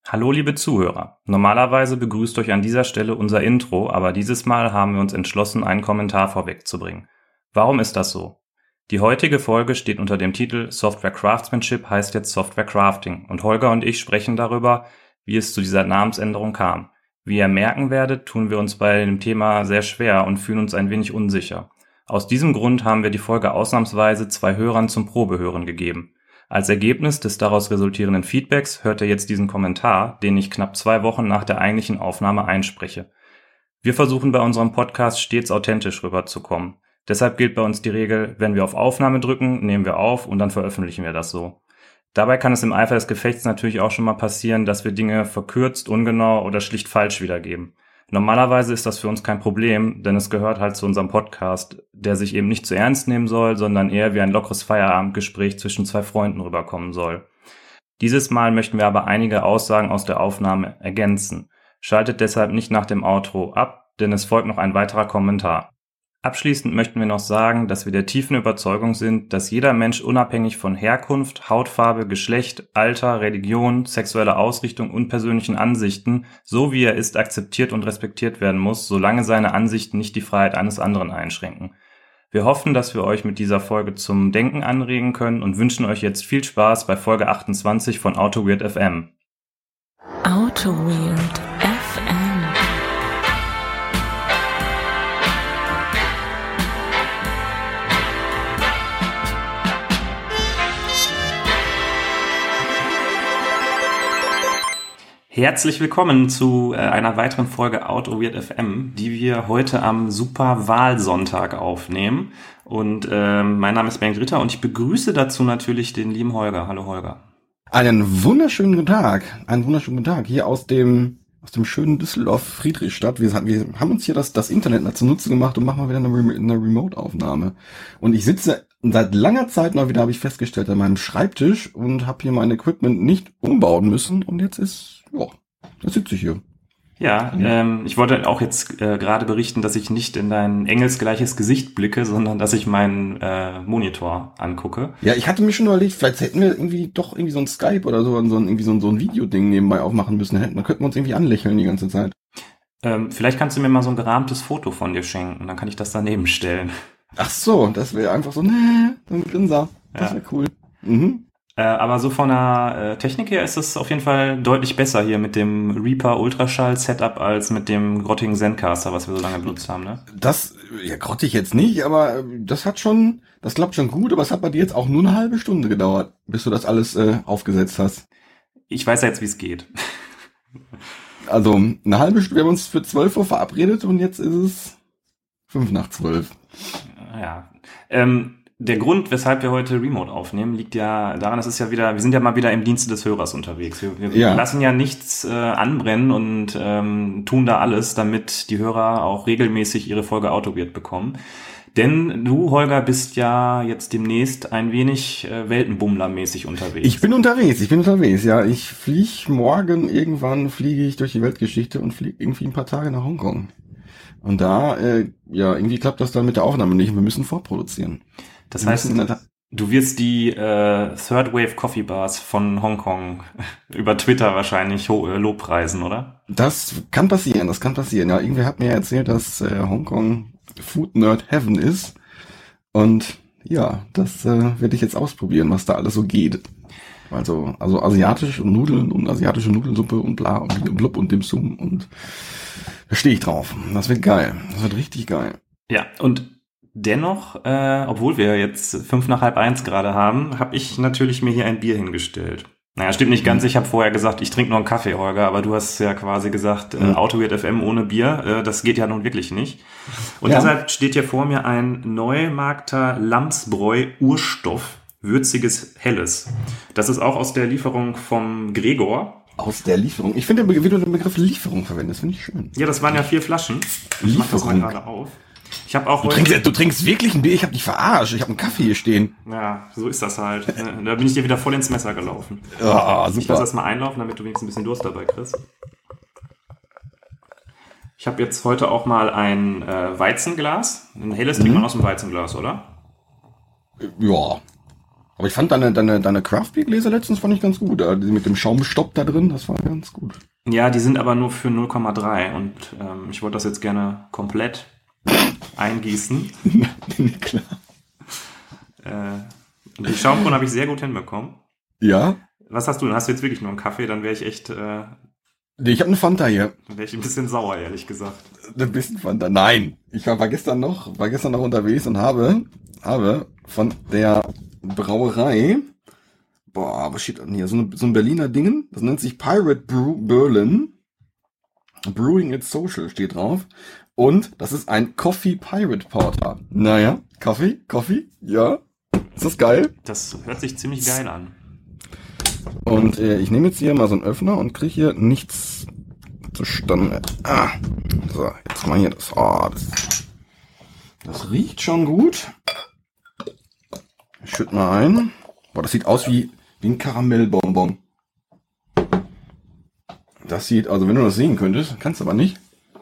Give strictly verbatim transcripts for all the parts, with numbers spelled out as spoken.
Hallo liebe Zuhörer, normalerweise begrüßt euch an dieser Stelle unser Intro, aber dieses Mal haben wir uns entschlossen, einen Kommentar vorwegzubringen. Warum ist das so? Die heutige Folge steht unter dem Titel Software Craftsmanship heißt jetzt Software Crafting und Holger und ich sprechen darüber, wie es zu dieser Namensänderung kam. Wie ihr merken werdet, tun wir uns bei dem Thema sehr schwer und fühlen uns ein wenig unsicher. Aus diesem Grund haben wir die Folge ausnahmsweise zwei Hörern zum Probehören gegeben. Als Ergebnis des daraus resultierenden Feedbacks hört ihr jetzt diesen Kommentar, den ich knapp zwei Wochen nach der eigentlichen Aufnahme einspreche. Wir versuchen bei unserem Podcast stets authentisch rüberzukommen. Deshalb gilt bei uns die Regel, wenn wir auf Aufnahme drücken, nehmen wir auf und dann veröffentlichen wir das so. Dabei kann es im Eifer des Gefechts natürlich auch schon mal passieren, dass wir Dinge verkürzt, ungenau oder schlicht falsch wiedergeben. Normalerweise ist das für uns kein Problem, denn es gehört halt zu unserem Podcast, der sich eben nicht zu ernst nehmen soll, sondern eher wie ein lockeres Feierabendgespräch zwischen zwei Freunden rüberkommen soll. Dieses Mal möchten wir aber einige Aussagen aus der Aufnahme ergänzen. Schaltet deshalb nicht nach dem Outro ab, denn es folgt noch ein weiterer Kommentar. Abschließend möchten wir noch sagen, dass wir der tiefen Überzeugung sind, dass jeder Mensch unabhängig von Herkunft, Hautfarbe, Geschlecht, Alter, Religion, sexueller Ausrichtung und persönlichen Ansichten, so wie er ist, akzeptiert und respektiert werden muss, solange seine Ansichten nicht die Freiheit eines anderen einschränken. Wir hoffen, dass wir euch mit dieser Folge zum Denken anregen können und wünschen euch jetzt viel Spaß bei Folge achtundzwanzig von AutoWeird F M. AutoWeird F M. Herzlich willkommen zu äh, einer weiteren Folge AutoWeird F M, die wir heute am Superwahlsonntag aufnehmen. Und äh, mein Name ist Bengt Ritter und ich begrüße dazu natürlich den lieben Holger. Hallo Holger. Einen wunderschönen guten Tag, einen wunderschönen guten Tag hier aus dem aus dem schönen Düsseldorf Friedrichstadt. Wir, wir haben uns hier das das Internet zunutze gemacht und machen mal wieder eine, Rem- eine Remote-Aufnahme. Und ich sitze seit langer Zeit mal wieder, habe ich festgestellt, an meinem Schreibtisch und habe hier mein Equipment nicht umbauen müssen. Und jetzt ist ja, da sitze ich hier. Ja, ähm, ich wollte auch jetzt äh, gerade berichten, dass ich nicht in dein engelsgleiches Gesicht blicke, sondern dass ich meinen äh, Monitor angucke. Ja, ich hatte mir schon überlegt, vielleicht hätten wir irgendwie doch irgendwie so ein Skype oder so, so ein, irgendwie so ein, so ein Videoding nebenbei aufmachen müssen. Dann könnten wir uns irgendwie anlächeln die ganze Zeit. Ähm, vielleicht kannst du mir mal so ein gerahmtes Foto von dir schenken, dann kann ich das daneben stellen. Ach so, das wäre einfach so, ne, so ein Grinser. Das wäre cool. Mhm. Äh, aber so von der äh, Technik her ist es auf jeden Fall deutlich besser hier mit dem Reaper Ultraschall Setup als mit dem grottigen Zencaster, was wir so lange benutzt haben, ne? Das, ja, grottig jetzt nicht, aber das hat schon, das klappt schon gut, aber es hat bei dir jetzt auch nur eine halbe Stunde gedauert, bis du das alles äh, aufgesetzt hast. Ich weiß ja jetzt, wie es geht. Also eine halbe Stunde, wir haben uns für zwölf Uhr verabredet und jetzt ist es fünf nach zwölf. Ja, ähm, der Grund, weshalb wir heute Remote aufnehmen, liegt ja daran, es ist ja wieder, wir sind ja mal wieder im Dienste des Hörers unterwegs. Wir, wir ja. lassen ja nichts äh, anbrennen und ähm, tun da alles, damit die Hörer auch regelmäßig ihre Folge AutoWeird bekommen. Denn du, Holger, bist ja jetzt demnächst ein wenig äh, Weltenbummler-mäßig unterwegs. Ich bin unterwegs, ich bin unterwegs, ja. Ich fliege morgen, irgendwann fliege ich durch die Weltgeschichte und fliege irgendwie ein paar Tage nach Hongkong. Und da, äh, ja, irgendwie klappt das dann mit der Aufnahme nicht und wir müssen vorproduzieren. Das heißt, du wirst die äh, Third Wave Coffee Bars von Hongkong über Twitter wahrscheinlich ho- äh, lobpreisen, oder? Das kann passieren, das kann passieren. Ja, irgendwer hat mir erzählt, dass äh, Hongkong Food Nerd Heaven ist. Und ja, das äh, werde ich jetzt ausprobieren, was da alles so geht. Also, also asiatisch und Nudeln und asiatische Nudelsuppe und bla und blub und Dim Sum und da stehe ich drauf. Das wird geil. Das wird richtig geil. Ja, und dennoch, äh, obwohl wir jetzt fünf nach halb eins gerade haben, habe ich natürlich mir hier ein Bier hingestellt. Naja, stimmt nicht ganz. Ich habe vorher gesagt, ich trinke nur einen Kaffee, Holger, aber du hast ja quasi gesagt, äh, AutoWeird F M ohne Bier, äh, das geht ja nun wirklich nicht. Und ja. Deshalb steht hier vor mir ein Neumarkter Lamsbräu Urstoff, würziges Helles. Das ist auch aus der Lieferung vom Gregor. Aus der Lieferung? Ich finde, wie du den Begriff Lieferung verwendest, finde ich schön. Ja, das waren ja vier Flaschen. Ich mach das mal gerade auf. Ich habe auch du, trinkst, du trinkst wirklich ein Bier? Ich habe dich verarscht. Ich habe einen Kaffee hier stehen. Ja, so ist das halt. Da bin ich dir wieder voll ins Messer gelaufen. Ja, super. Ich lass das mal einlaufen, damit du wenigstens ein bisschen Durst dabei kriegst. Ich habe jetzt heute auch mal ein äh, Weizenglas. Ein helles trinkt man aus dem Weizenglas, oder? Ja. Aber ich fand deine, deine, deine Craft Beer Gläser letztens fand ich ganz gut. Die mit dem Schaumstopp da drin, das war ganz gut. Ja, die sind aber nur für null Komma drei und ähm, ich wollte das jetzt gerne komplett eingießen. Klar. Äh, die Schaumkrone habe ich sehr gut hinbekommen. Ja. Was hast du denn? Hast du jetzt wirklich nur einen Kaffee? Dann wäre ich echt... Äh, nee, ich habe eine Fanta hier. Dann wäre ich ein bisschen sauer, ehrlich gesagt. Ein bisschen Fanta. Nein. Ich war, war gestern noch, war gestern noch unterwegs und habe, habe von der Brauerei, boah, was steht denn hier? So, eine, so ein Berliner Dingen. Das nennt sich Pirate Brew Berlin. Brewing It Social steht drauf. Und das ist ein Coffee Pirate Porter. Naja, Kaffee, Coffee, ja. Ist das geil? Das hört sich ziemlich geil an. Und äh, ich nehme jetzt hier mal so einen Öffner und kriege hier nichts zustande. Ah, so, jetzt mal hier das. Oh, das, das riecht schon gut. Ich schütte mal ein. Boah, das sieht aus wie, wie ein Karamellbonbon. Das sieht, also wenn du das sehen könntest, kannst du aber nicht.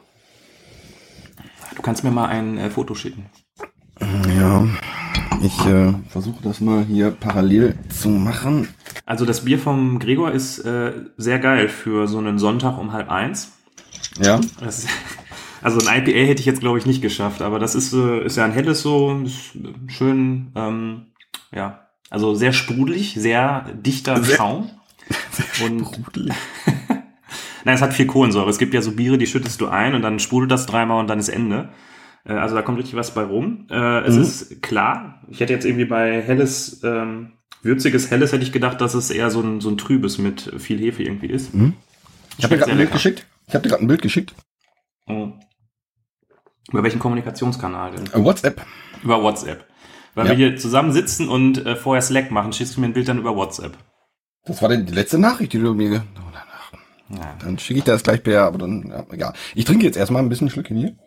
Du kannst mir mal ein äh, Foto schicken. Ja, ich äh, versuche das mal hier parallel zu machen. Also das Bier vom Gregor ist äh, sehr geil für so einen Sonntag um halb eins. Ja. Das ist, also ein I P A hätte ich jetzt, glaube ich, nicht geschafft, aber das ist, äh, ist ja ein helles so, ist schön, ähm, ja, also sehr sprudelig, sehr dichter sehr, Schaum. Sehr und sprudelig. Nein, es hat viel Kohlensäure. Es gibt ja so Biere, die schüttest du ein und dann sprudelt das dreimal und dann ist Ende. Äh, also da kommt richtig was bei rum. Äh, es mhm. ist klar. Ich hätte jetzt irgendwie bei helles, ähm, würziges Helles hätte ich gedacht, dass es eher so ein, so ein trübes mit viel Hefe irgendwie ist. Mhm. Ich habe dir gerade ein Bild geschickt. Ich habe dir gerade ein Bild geschickt. Mhm. Über welchen Kommunikationskanal denn? Uh, WhatsApp. Über WhatsApp. Weil ja. wir hier zusammen sitzen und äh, vorher Slack machen, schickst du mir ein Bild dann über WhatsApp. Das war denn die letzte Nachricht, die du mir... Ge- Ja. Dann schicke ich das gleich per, aber dann, ja, egal. Ich trinke jetzt erstmal ein bisschen Schlückchen hier.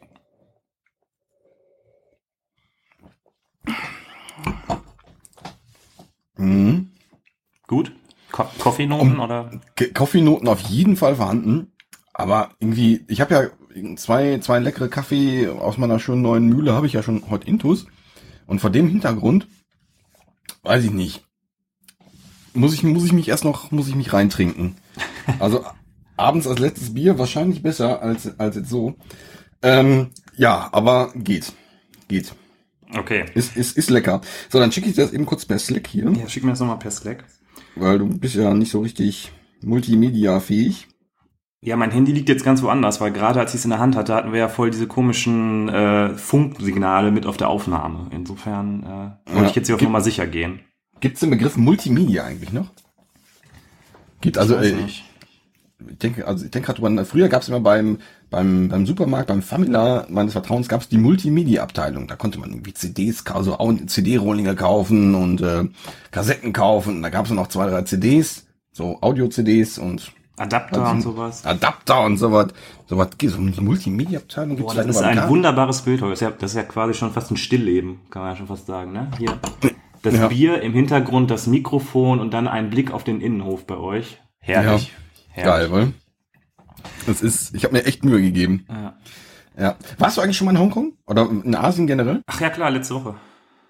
Mhm. Gut. Ko- Koffeenoten um, oder? K- Koffeenoten auf jeden Fall vorhanden. Aber irgendwie, ich habe ja zwei, zwei leckere Kaffee aus meiner schönen neuen Mühle, habe ich ja schon heute intus. Und vor dem Hintergrund, weiß ich nicht, muss ich, muss ich mich erst noch, muss ich mich reintrinken. Also, abends als letztes Bier wahrscheinlich besser als als jetzt so. Ähm, ja, aber geht. Geht. Okay. Ist, ist, ist lecker. So, dann schicke ich das eben kurz per Slack hier. Ja, schick mir das nochmal per Slack. Weil du bist ja nicht so richtig multimedia-fähig. Ja, mein Handy liegt jetzt ganz woanders, weil gerade als ich es in der Hand hatte, hatten wir ja voll diese komischen äh, Funksignale mit auf der Aufnahme. Insofern äh, wollte ja, ich jetzt hier auf Nummer sicher gehen. Gibt es den Begriff Multimedia eigentlich noch? Gibt also... Ich weiß äh, nicht. Ich denke, also ich denke gerade, früher gab es immer beim beim beim Supermarkt, beim Famila meines Vertrauens gab es die Multimedia-Abteilung. Da konnte man irgendwie C Ds, also C D-Rohlinge kaufen und äh, Kassetten kaufen. Und da gab es noch zwei, drei C Ds, so Audio-C Ds und Adapter also, und sowas. Adapter und sowas. Sowas gibt es. So eine Multimedia-Abteilung gibt es da. Das ist ein Garten. Wunderbares Bild heute. Das ist, ja, das ist ja quasi schon fast ein Stillleben, kann man ja schon fast sagen, ne? Hier. Das ja. Bier im Hintergrund, das Mikrofon und dann ein Blick auf den Innenhof bei euch. Herrlich. Ja. Geil, weil das ist, ich habe mir echt Mühe gegeben. Ja. Ja. Warst du eigentlich schon mal in Hongkong? Oder in Asien generell? Ach ja, klar, letzte Woche.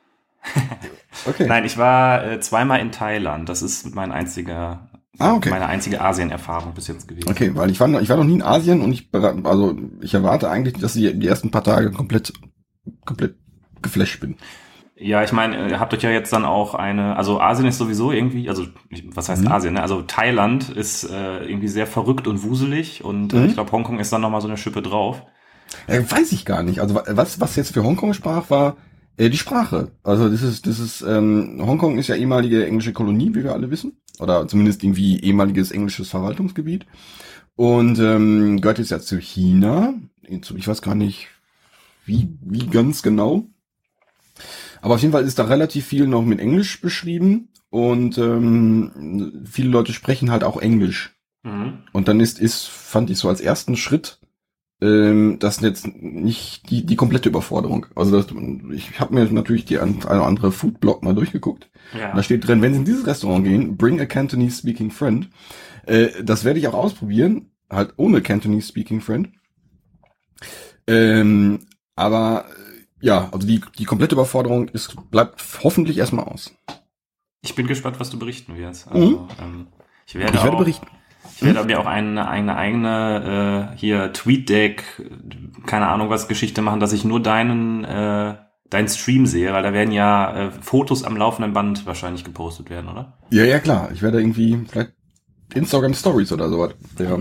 Okay. Nein, ich war äh, zweimal in Thailand. Das ist mein einziger, ah, okay. meine einzige Asien-Erfahrung bis jetzt gewesen. Okay, weil ich war noch, ich war noch nie in Asien und ich, also ich erwarte eigentlich, dass ich die ersten paar Tage komplett, komplett geflasht bin. Ja, ich meine, ihr habt euch ja jetzt dann auch eine, also Asien ist sowieso irgendwie, also was heißt mhm. Asien, ne? Also Thailand ist äh, irgendwie sehr verrückt und wuselig und äh, mhm. ich glaube, Hongkong ist dann nochmal so eine Schippe drauf. Äh, weiß ich gar nicht. Also was was jetzt für Hongkong sprach, war äh, die Sprache. Also das ist, das ist, ähm, Hongkong ist ja ehemalige englische Kolonie, wie wir alle wissen. Oder zumindest irgendwie ehemaliges englisches Verwaltungsgebiet. Und ähm, gehört jetzt ja zu China. Ich weiß gar nicht, wie wie ganz genau. Aber auf jeden Fall ist da relativ viel noch mit Englisch beschrieben und ähm, viele Leute sprechen halt auch Englisch. Mhm. Und dann ist, ist, fand ich so als ersten Schritt, ähm, das jetzt nicht die die komplette Überforderung. Also das, ich habe mir natürlich die ein oder andere Foodblog mal durchgeguckt. Ja. Und da steht drin, wenn Sie in dieses Restaurant gehen, bring a Cantonese speaking friend. Äh, das werde ich auch ausprobieren, halt ohne Cantonese speaking friend. Ähm, aber ja, also die die komplette Überforderung ist bleibt hoffentlich erstmal aus. Ich bin gespannt, was du berichten wirst. Also, Mhm. ähm, ich werde, Ich werde auch, berichten. Ich werde mir auch eine, eine eigene äh, hier TweetDeck, keine Ahnung was, Geschichte machen, dass ich nur deinen äh, deinen Stream sehe, weil da werden ja äh, Fotos am laufenden Band wahrscheinlich gepostet werden, oder? Ja, ja, klar. Ich werde irgendwie vielleicht Instagram Stories oder sowas. Ja.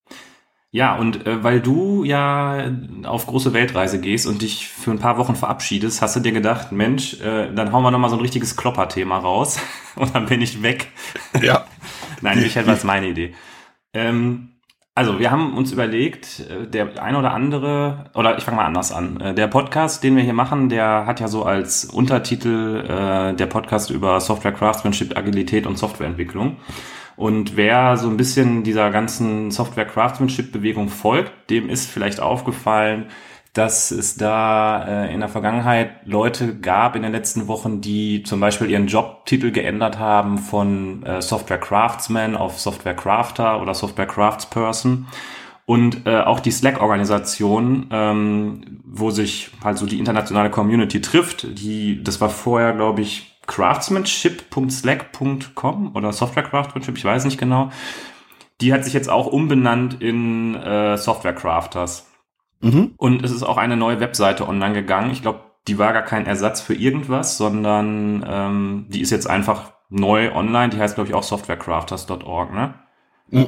Ja, und äh, weil du ja auf große Weltreise gehst und dich für ein paar Wochen verabschiedest, hast du dir gedacht, Mensch, äh, dann hauen wir nochmal so ein richtiges Klopper-Thema raus und dann bin ich weg. Ja. Nein, ich hätte was meine Idee. Ähm, also, wir haben uns überlegt, äh, der eine oder andere, oder ich fange mal anders an. Äh, der Podcast, den wir hier machen, der hat ja so als Untertitel äh, der Podcast über Software Craftsmanship, Agilität und Softwareentwicklung. Und wer so ein bisschen dieser ganzen Software-Craftsmanship-Bewegung folgt, dem ist vielleicht aufgefallen, dass es da äh, in der Vergangenheit Leute gab in den letzten Wochen, die zum Beispiel ihren Jobtitel geändert haben von äh, Software-Craftsman auf Software-Crafter oder Software-Craftsperson. Und äh, auch die Slack-Organisation, ähm, wo sich halt so die internationale Community trifft, die, das war vorher, glaube ich, craftsmanship Punkt slack Punkt com oder Software Craftsmanship, ich weiß nicht genau. Die hat sich jetzt auch umbenannt in äh, Software Crafters. Mhm. Und es ist auch eine neue Webseite online gegangen. Ich glaube, die war gar kein Ersatz für irgendwas, sondern ähm, die ist jetzt einfach neu online. Die heißt, glaube ich, auch software crafters Punkt org, ne? Mhm.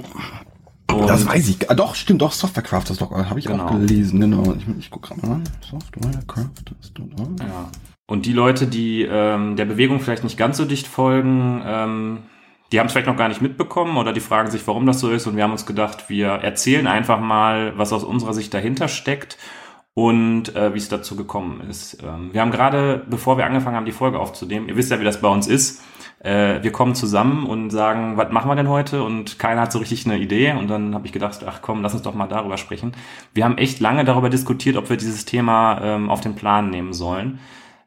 Und Das weiß ich. Ah, doch, stimmt, doch, Software Crafters, doch, habe ich Genau. auch gelesen, genau. Ich, ich gucke gerade mal an. Software Crafters Punkt org. Ja. Und die Leute, die ähm, der Bewegung vielleicht nicht ganz so dicht folgen, ähm, die haben es vielleicht noch gar nicht mitbekommen oder die fragen sich, warum das so ist. Und wir haben uns gedacht, wir erzählen einfach mal, was aus unserer Sicht dahinter steckt und äh, wie es dazu gekommen ist. Ähm, wir haben gerade, bevor wir angefangen haben, die Folge aufzunehmen, ihr wisst ja, wie das bei uns ist, äh, wir kommen zusammen und sagen, was machen wir denn heute? Und keiner hat so richtig eine Idee. Und dann habe ich gedacht, ach komm, lass uns doch mal darüber sprechen. Wir haben echt lange darüber diskutiert, ob wir dieses Thema ähm, auf den Plan nehmen sollen.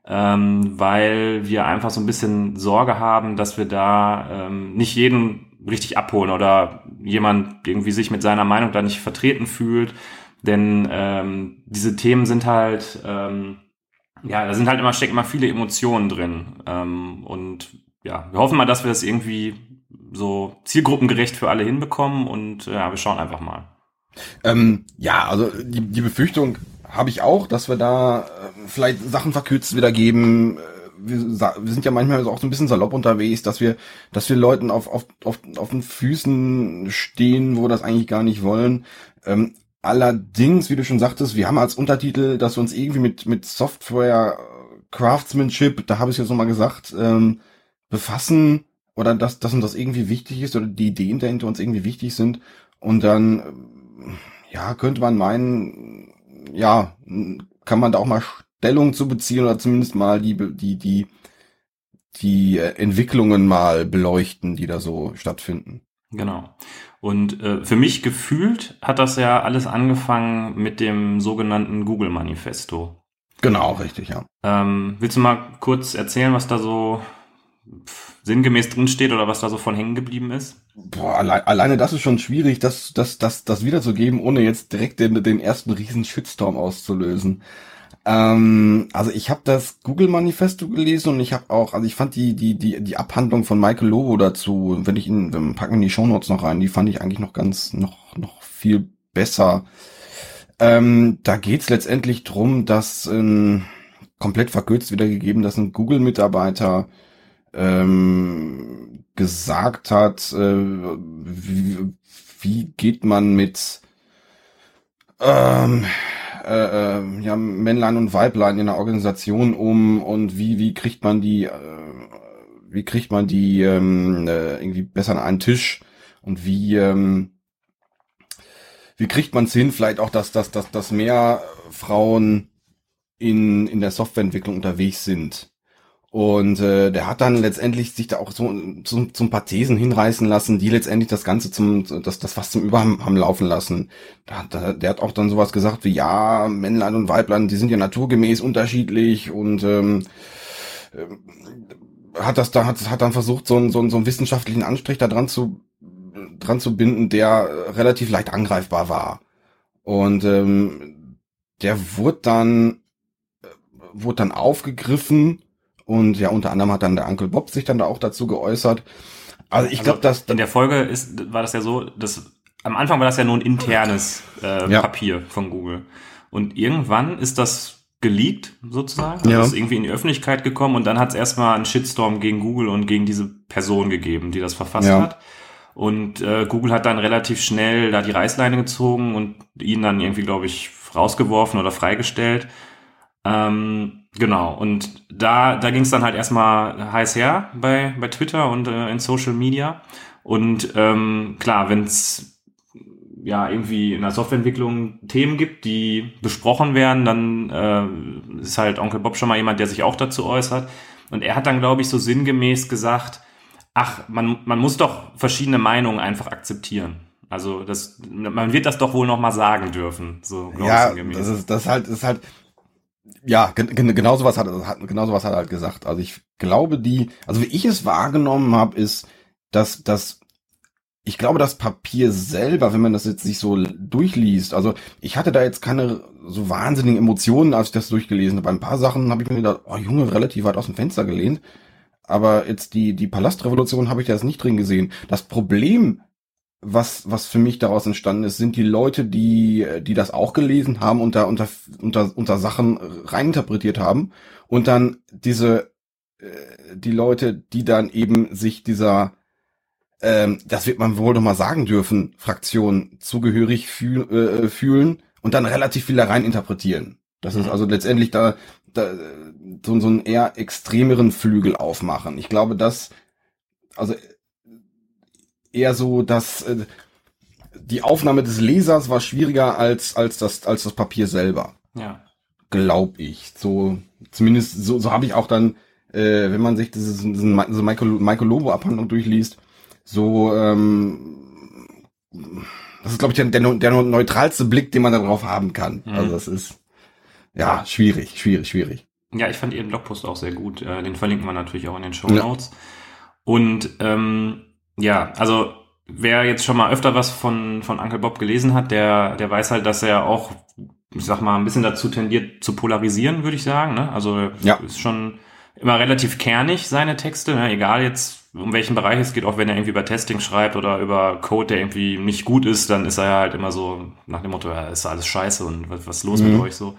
Ähm, weil wir einfach so ein bisschen Sorge haben, dass wir da ähm, nicht jeden richtig abholen oder jemand irgendwie sich mit seiner Meinung da nicht vertreten fühlt. Denn ähm, diese Themen sind halt, ähm, ja, da sind halt immer, stecken immer viele Emotionen drin. Ähm, und ja, wir hoffen mal, dass wir das irgendwie so zielgruppengerecht für alle hinbekommen und ja, wir schauen einfach mal. Ähm, ja, also die, die Befürchtung habe ich auch, dass wir da äh, vielleicht Sachen verkürzt wieder geben. Äh, Wir, sa- wir sind ja manchmal auch so ein bisschen salopp unterwegs, dass wir, dass wir Leuten auf, auf, auf, auf den Füßen stehen, wo wir das eigentlich gar nicht wollen. Ähm, allerdings, wie du schon sagtest, wir haben als Untertitel, dass wir uns irgendwie mit, mit Software Craftsmanship, da habe ich es jetzt nochmal gesagt, ähm, befassen oder dass, dass uns das irgendwie wichtig ist oder die Ideen dahinter uns irgendwie wichtig sind. Und dann, ähm, ja, könnte man meinen, ja, kann man da auch mal Stellung zu beziehen oder zumindest mal die, die, die, die äh, Entwicklungen mal beleuchten, die da so stattfinden. Genau. Und äh, für mich gefühlt hat das ja alles angefangen mit dem sogenannten Google-Manifesto. Genau, richtig, ja. Ähm, willst du mal kurz erzählen, was da so pff, sinngemäß drinsteht oder was da so von hängen geblieben ist? Boah, allein, alleine das ist schon schwierig, das, das, das, das wiederzugeben, ohne jetzt direkt den, den ersten riesen Shitstorm auszulösen. Ähm, also ich habe das Google-Manifesto gelesen und ich habe auch, also ich fand die die die die Abhandlung von Michael Lobo dazu, wenn ich ihn, wenn, packen wir in die Shownotes noch rein, die fand ich eigentlich noch ganz noch noch viel besser. Ähm, da geht's letztendlich drum, dass ähm, komplett verkürzt wiedergegeben, dass ein Google-Mitarbeiter ähm, gesagt hat, äh, wie, wie geht man mit ähm, äh, äh, ja, Männlein und Weiblein in einer Organisation um und wie wie kriegt man die äh, wie kriegt man die ähm, äh, irgendwie besser an einen Tisch und wie ähm, wie kriegt man es hin, vielleicht auch, dass dass dass dass mehr Frauen in in der Softwareentwicklung unterwegs sind. Und äh, der hat dann letztendlich sich da auch so zum zum paar Thesen hinreißen lassen, die letztendlich das Ganze zum das das fast zum Überhang haben laufen lassen. Da, da, der hat auch dann sowas gesagt wie ja, Männlein und Weiblein, die sind ja naturgemäß unterschiedlich und ähm, äh, hat das da hat hat dann versucht so einen so einen, so einen wissenschaftlichen Anstrich da dran zu dran zu binden, der relativ leicht angreifbar war. Und ähm, der wurde dann wurde dann aufgegriffen Und ja, unter anderem hat dann der Uncle Bob sich dann da auch dazu geäußert. Also ich also glaube, dass... In der Folge ist, war das ja so, dass am Anfang war das ja nur ein internes äh, Ja. Papier von Google. Und irgendwann ist das geleakt, sozusagen. Also Ja. ist irgendwie in die Öffentlichkeit gekommen und dann hat es erstmal einen Shitstorm gegen Google und gegen diese Person gegeben, die das verfasst Ja. hat. Und äh, Google hat dann relativ schnell da die Reißleine gezogen und ihn dann irgendwie, glaube ich, rausgeworfen oder freigestellt. Ähm, genau, und da, da ging es dann halt erstmal heiß her bei, bei Twitter und äh, in Social Media. Und ähm, klar, wenn es ja irgendwie in der Softwareentwicklung Themen gibt, die besprochen werden, dann äh, ist halt Onkel Bob schon mal jemand, der sich auch dazu äußert. Und er hat dann, glaube ich, so sinngemäß gesagt, ach, man, man muss doch verschiedene Meinungen einfach akzeptieren. Also das, man wird das doch wohl noch mal sagen dürfen. So Ja, sinngemäß. das ist das halt, das ist halt, ja, gen, gen, genau sowas hat, hat genau sowas hat er halt gesagt. Also ich glaube, die, also wie ich es wahrgenommen habe, ist, dass dass ich glaube, das Papier selber, wenn man das jetzt sich so durchliest, also ich hatte da jetzt keine so wahnsinnigen Emotionen, als ich das durchgelesen habe. Ein paar Sachen habe ich mir gedacht, oh Junge, relativ weit aus dem Fenster gelehnt. Aber jetzt die die Palastrevolution habe ich da jetzt nicht drin gesehen. Das Problem, was was für mich daraus entstanden ist, sind die Leute, die die das auch gelesen haben und da unter unter unter Sachen reininterpretiert haben und dann diese äh, die Leute, die dann eben sich dieser ähm, das wird man wohl noch mal sagen dürfen, Fraktion zugehörig fühl, äh, fühlen und dann relativ viel da rein interpretieren. Das ist also letztendlich da, da so, so einen eher extremeren Flügel aufmachen. Ich glaube, dass also eher so, dass äh, die Aufnahme des Lesers war schwieriger als als das als das Papier selber. Ja. Glaub ich. So zumindest so so habe ich auch dann, äh, wenn man sich dieses, diesen diese Michael Michael Lobo Abhandlung durchliest, so ähm, das ist glaube ich der, der der neutralste Blick, den man darauf haben kann. Mhm. Also das ist ja schwierig, schwierig, schwierig. Ja, ich fand Ihren Blogpost auch sehr gut. Äh, den verlinken wir natürlich auch in den Shownotes. Ja. Und ähm, ja, also wer jetzt schon mal öfter was von von Uncle Bob gelesen hat, der der weiß halt, dass er auch, ich sag mal, ein bisschen dazu tendiert zu polarisieren, würde ich sagen. Ne? Also ja. Ist schon immer relativ kernig, seine Texte, ne? Egal jetzt, um welchen Bereich es geht, auch wenn er irgendwie über Testing schreibt oder über Code, der irgendwie nicht gut ist, dann ist er halt immer so nach dem Motto, ja, ist alles scheiße und was, was ist los mhm. mit euch so.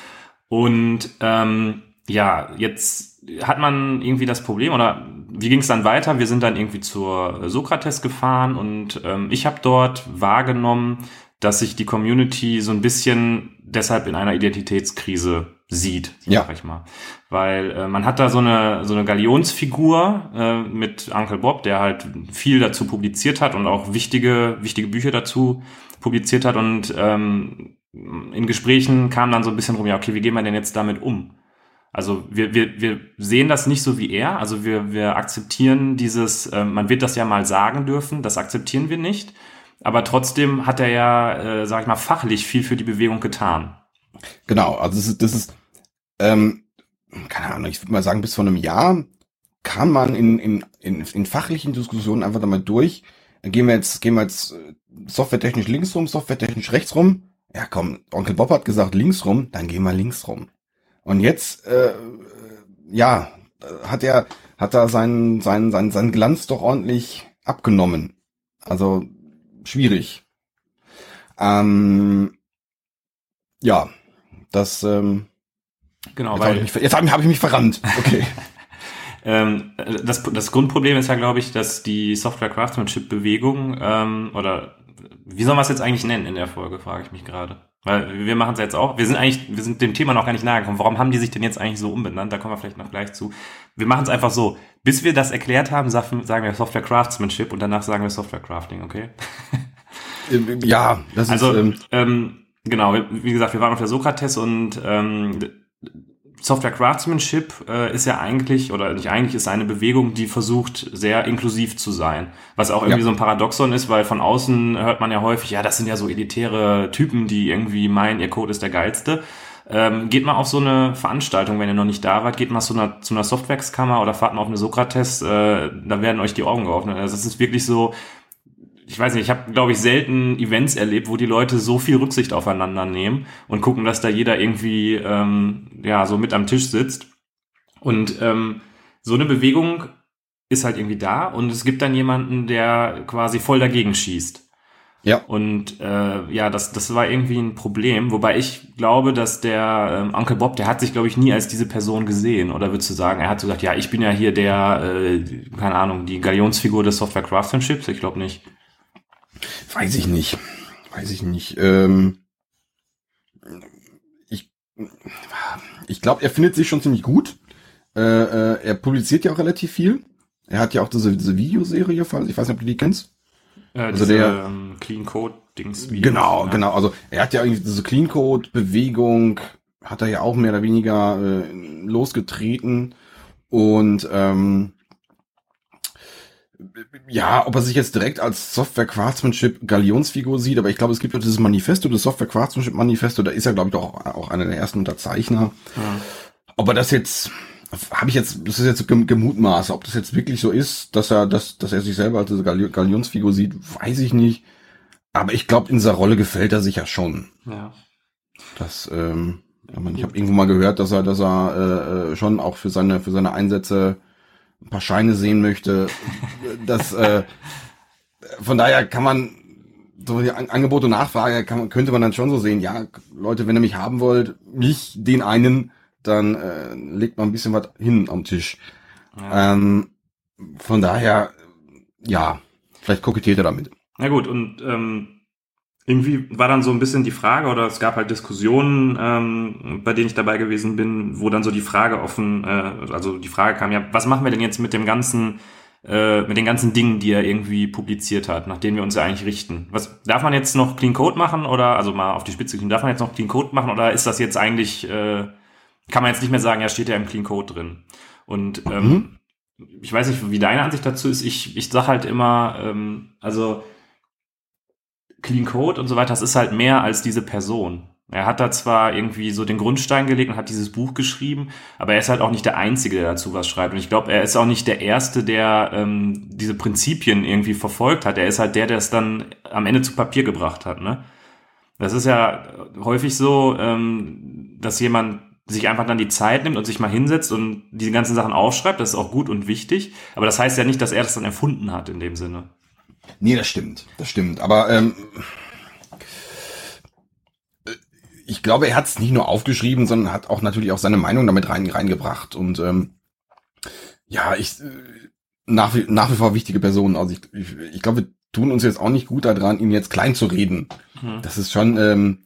Und ähm, ja, jetzt hat man irgendwie das Problem, oder wie ging es dann weiter? Wir sind dann irgendwie zur Sokrates gefahren und ähm, ich habe dort wahrgenommen, dass sich die Community so ein bisschen deshalb in einer Identitätskrise sieht, ja. sag ich mal. Weil äh, man hat da so eine so eine Galionsfigur äh, mit Uncle Bob, der halt viel dazu publiziert hat und auch wichtige wichtige Bücher dazu publiziert hat und ähm, in Gesprächen kam dann so ein bisschen rum, ja, okay, wie gehen wir denn jetzt damit um? Also wir wir wir sehen das nicht so wie er, also wir wir akzeptieren dieses, äh, man wird das ja mal sagen dürfen, das akzeptieren wir nicht, aber trotzdem hat er ja, äh, sag ich mal, fachlich viel für die Bewegung getan. Genau, also das ist, das ist ähm, keine Ahnung, ich würde mal sagen, bis vor einem Jahr kam man in, in, in, in fachlichen Diskussionen einfach damit durch, gehen wir jetzt, gehen wir jetzt softwaretechnisch links rum, softwaretechnisch rechts rum. Ja komm, Onkel Bob hat gesagt links rum, dann gehen wir links rum. Und jetzt, äh, ja, hat er, hat er seinen, seinen, seinen, seinen Glanz doch ordentlich abgenommen. Also, schwierig. Ähm, ja, das, ähm, genau, jetzt weil habe ich, mich, jetzt hab, hab ich mich verrannt. Okay. ähm, das, das Grundproblem ist ja, glaube ich, dass die Software-Craftsmanship-Bewegung, ähm, oder wie soll man es jetzt eigentlich nennen in der Folge, frage ich mich gerade. Weil wir machen es jetzt auch, wir sind eigentlich, wir sind dem Thema noch gar nicht nahe gekommen. Warum haben die sich denn jetzt eigentlich so umbenannt? Da kommen wir vielleicht noch gleich zu. Wir machen es einfach so. Bis wir das erklärt haben, sagen wir Software Craftsmanship und danach sagen wir Software Crafting, okay? Ja, das also, ist... Ähm, ähm, genau, wie gesagt, wir waren auf der Sokrates und ähm, Software Craftsmanship äh, ist ja eigentlich, oder nicht eigentlich, ist eine Bewegung, die versucht, sehr inklusiv zu sein. Was auch irgendwie ja. so ein Paradoxon ist, weil von außen hört man ja häufig, ja, das sind ja so elitäre Typen, die irgendwie meinen, ihr Code ist der geilste. Ähm, geht mal auf so eine Veranstaltung, wenn ihr noch nicht da wart, geht mal zu einer, zu einer Softwareskammer oder fahrt mal auf eine Sokrates, äh, da werden euch die Augen geöffnet. Also es ist wirklich so, ich weiß nicht, ich habe, glaube ich, selten Events erlebt, wo die Leute so viel Rücksicht aufeinander nehmen und gucken, dass da jeder irgendwie ähm, ja so mit am Tisch sitzt. Und ähm, so eine Bewegung ist halt irgendwie da und es gibt dann jemanden, der quasi voll dagegen schießt. Ja. Und äh, ja, das das war irgendwie ein Problem, wobei ich glaube, dass der ähm, Uncle Bob, der hat sich, glaube ich, nie als diese Person gesehen. Oder würdest du sagen, er hat so gesagt, ja, ich bin ja hier der, äh, keine Ahnung, die Galionsfigur des Software Craftsmanships? Ich glaube nicht. Weiß ich nicht. Weiß ich nicht. Ähm, ich ich glaube, er findet sich schon ziemlich gut. Äh, äh, er publiziert ja auch relativ viel. Er hat ja auch diese, diese Videoserie, ich weiß nicht, ob du die kennst. Äh, Also diese der ähm, Clean Code Dings. Genau, ja. genau. Also er hat ja irgendwie diese Clean Code Bewegung, hat er ja auch mehr oder weniger äh, losgetreten und ähm, ja, ob er sich jetzt direkt als Software Craftsmanship Galionsfigur sieht, aber ich glaube, es gibt ja dieses Manifesto, das Software Craftsmanship Manifesto, da ist er, glaube ich, auch, auch einer der ersten Unterzeichner. Ja. Ob er das jetzt, habe ich jetzt, das ist jetzt gem- gemutmaßt, ob das jetzt wirklich so ist, dass er, dass, dass er sich selber als diese Gal- Galionsfigur sieht, weiß ich nicht. Aber ich glaube, in dieser Rolle gefällt er sich ja schon. Ja. Das, ähm, ja, man, ich habe irgendwo mal gehört, dass er, dass er äh, schon auch für seine, für seine Einsätze ein paar Scheine sehen möchte. Das, äh, von daher kann man so die An- Angebot und Nachfrage kann, man- könnte man dann schon so sehen. Ja, Leute, wenn ihr mich haben wollt, mich, den einen, dann äh, legt man ein bisschen was hin am Tisch. Ja. Ähm, von daher, ja, vielleicht kokettiert er damit. Na gut, und ähm, irgendwie war dann so ein bisschen die Frage, oder es gab halt Diskussionen, ähm, bei denen ich dabei gewesen bin, wo dann so die Frage offen, äh, also die Frage kam ja, was machen wir denn jetzt mit dem ganzen, äh, mit den ganzen Dingen, die er irgendwie publiziert hat, nach denen wir uns ja eigentlich richten? Was darf man jetzt noch Clean Code machen oder, also mal auf die Spitze gehen, darf man jetzt noch Clean Code machen oder ist das jetzt eigentlich, äh, kann man jetzt nicht mehr sagen, ja, steht ja im Clean Code drin? Und ähm, Mhm. ich weiß nicht, wie deine Ansicht dazu ist. Ich, ich sag halt immer, ähm, also Clean Code und so weiter, das ist halt mehr als diese Person. Er hat da zwar irgendwie so den Grundstein gelegt und hat dieses Buch geschrieben, aber er ist halt auch nicht der Einzige, der dazu was schreibt. Und ich glaube, er ist auch nicht der Erste, der ähm, diese Prinzipien irgendwie verfolgt hat. Er ist halt der, der es dann am Ende zu Papier gebracht hat. Ne? Das ist ja häufig so, ähm, dass jemand sich einfach dann die Zeit nimmt und sich mal hinsetzt und diese ganzen Sachen aufschreibt. Das ist auch gut und wichtig. Aber das heißt ja nicht, dass er das dann erfunden hat in dem Sinne. Nee, das stimmt, das stimmt. Aber ähm, ich glaube, er hat es nicht nur aufgeschrieben, sondern hat auch natürlich auch seine Meinung damit rein reingebracht. Und ähm, ja, ich äh, nach wie nach wie vor wichtige Person. Also ich, ich, ich glaube, wir tun uns jetzt auch nicht gut daran, ihn jetzt klein zu reden. Hm. Das ist schon, ähm,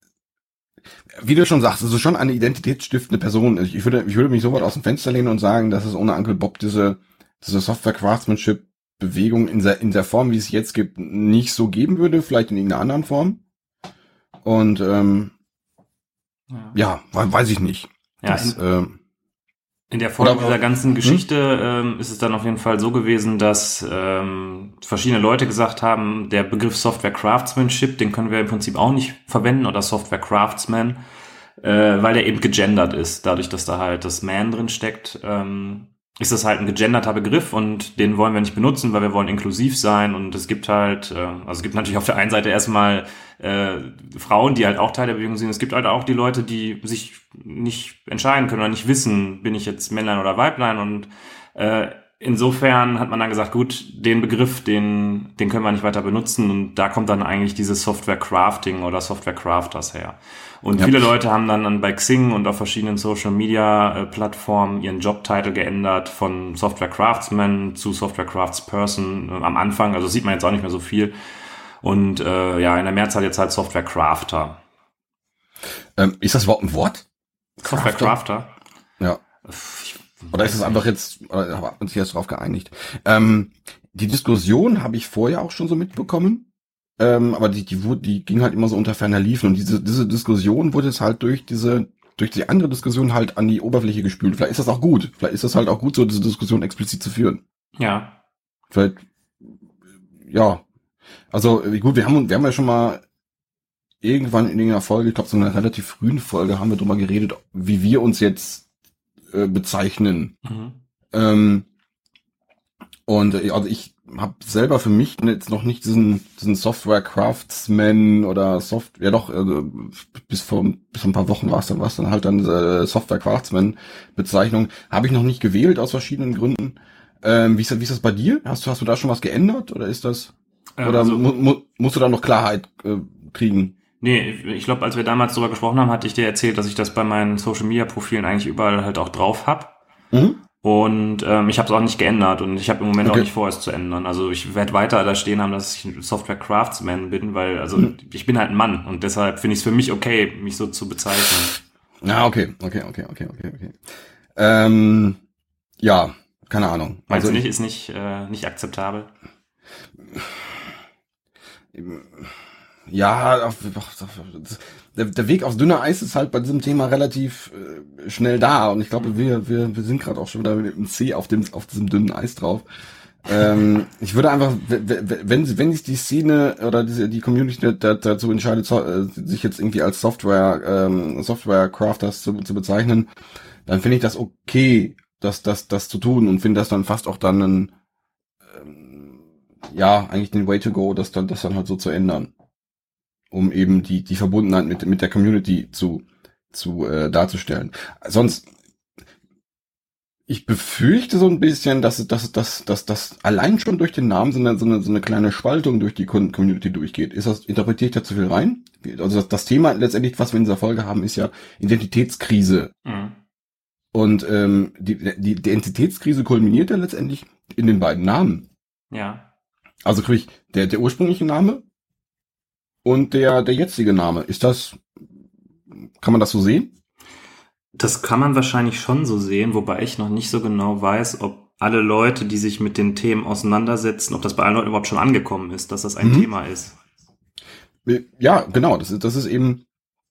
wie du schon sagst, es ist schon eine identitätsstiftende Person. Ich würde, ich würde mich so weit aus dem Fenster lehnen und sagen, dass es ohne Uncle Bob diese diese Software Craftsmanship Bewegung in der, in der Form, wie es jetzt gibt, nicht so geben würde, vielleicht in irgendeiner anderen Form. Und ähm, Ja, ja we- weiß ich nicht. ja Das, in, ähm, in der Form oder- dieser ganzen Geschichte ähm, ist es dann auf jeden Fall so gewesen, dass ähm, verschiedene Leute gesagt haben, der Begriff Software Craftsmanship, den können wir im Prinzip auch nicht verwenden, oder Software Craftsman, äh, weil der eben gegendert ist, dadurch, dass da halt das Man drin steckt. Ähm, ist das halt ein gegenderter Begriff und den wollen wir nicht benutzen, weil wir wollen inklusiv sein und es gibt halt, äh, also es gibt natürlich auf der einen Seite erstmal äh, Frauen, die halt auch Teil der Bewegung sind. Es gibt halt auch die Leute, die sich nicht entscheiden können oder nicht wissen, bin ich jetzt Männlein oder Weiblein, und äh, insofern hat man dann gesagt, gut, den Begriff, den, den können wir nicht weiter benutzen, und da kommt dann eigentlich dieses Software Crafting oder Software Crafters her. Und Ja. viele Leute haben dann, dann bei Xing und auf verschiedenen Social Media äh, Plattformen ihren Jobtitel geändert von Software Craftsman zu Software Craftsperson äh, am Anfang. Also sieht man jetzt auch nicht mehr so viel. Und äh, ja, in der Mehrzahl jetzt halt Software Crafter. ähm, ist das überhaupt ein Wort? Software Crafter? Ja. Ich Oder ist es einfach jetzt, oder haben wir uns jetzt drauf geeinigt? Ähm, die Diskussion habe ich vorher auch schon so mitbekommen. Ähm, aber die, die, wurde, die ging halt immer so unter ferner Liefen. Und diese, diese Diskussion wurde jetzt halt durch diese, durch die andere Diskussion halt an die Oberfläche gespült. Vielleicht ist das auch gut. Vielleicht ist das halt auch gut, so diese Diskussion explizit zu führen. Ja. Vielleicht, ja. Also, gut, wir haben, wir haben ja schon mal irgendwann in irgendeiner Folge, ich glaube, so einer relativ frühen Folge, haben wir drüber geredet, wie wir uns jetzt äh, bezeichnen. Mhm. Ähm, Und äh, also ich habe selber für mich jetzt noch nicht diesen diesen Software Craftsman oder Soft ja doch äh, bis vor bis vor ein paar Wochen war es dann was dann halt dann äh, Software Craftsman Bezeichnung habe ich noch nicht gewählt aus verschiedenen Gründen. Ähm, wie ist das, wie ist das bei dir? Hast du hast du da schon was geändert oder ist das Ähm, oder also, mu mu musst du da noch Klarheit äh, kriegen? Nee, ich glaube, als wir damals darüber gesprochen haben, hatte ich dir erzählt, dass ich das bei meinen Social-Media-Profilen eigentlich überall halt auch drauf hab. Mhm. Und ähm, ich habe es auch nicht geändert und ich habe im Moment Okay. auch nicht vor, es zu ändern. Also ich werde weiter da stehen haben, dass ich ein Software Craftsman bin, weil also Mhm. ich bin halt ein Mann und deshalb finde ich es für mich okay, mich so zu bezeichnen. Ah, okay, okay, okay, okay, okay, okay. Ähm, ja, keine Ahnung. Meinst Also du nicht, ich, ist nicht äh, nicht akzeptabel? ja, auf, auf, der, der Weg aufs dünne Eis ist halt bei diesem Thema relativ äh, schnell da und ich glaube, wir wir wir sind gerade auch schon wieder mit dem C auf dem auf diesem dünnen Eis drauf. ähm, ich würde einfach, w- w- wenn sie, wenn sich die Szene oder diese, die Community da- da- dazu entscheidet, so, äh, sich jetzt irgendwie als Software ähm, Software Crafters zu, zu bezeichnen, dann finde ich das okay, das das das zu tun und finde das dann fast auch dann ein, ähm, ja eigentlich den Way to go, das dann das dann halt so zu ändern, um eben die die Verbundenheit mit mit der Community zu zu äh, darzustellen. Sonst, ich befürchte so ein bisschen, dass dass dass dass das allein schon durch den Namen so eine so eine, so eine kleine Spaltung durch die Con- Community durchgeht. Ist das, interpretiere ich da zu viel rein? Also das, das Thema letztendlich, was wir in dieser Folge haben, ist ja Identitätskrise. Mhm. Und ähm, die, die, die Identitätskrise kulminiert ja letztendlich in den beiden Namen. Ja. Also sprich, der der ursprüngliche Name und der der jetzige Name. Ist das, kann man das so sehen? Das kann man wahrscheinlich schon so sehen, wobei ich noch nicht so genau weiß, ob alle Leute, die sich mit den Themen auseinandersetzen, ob das bei allen Leuten überhaupt schon angekommen ist, dass das ein Mhm. Thema ist. Ja, genau. Das ist das ist eben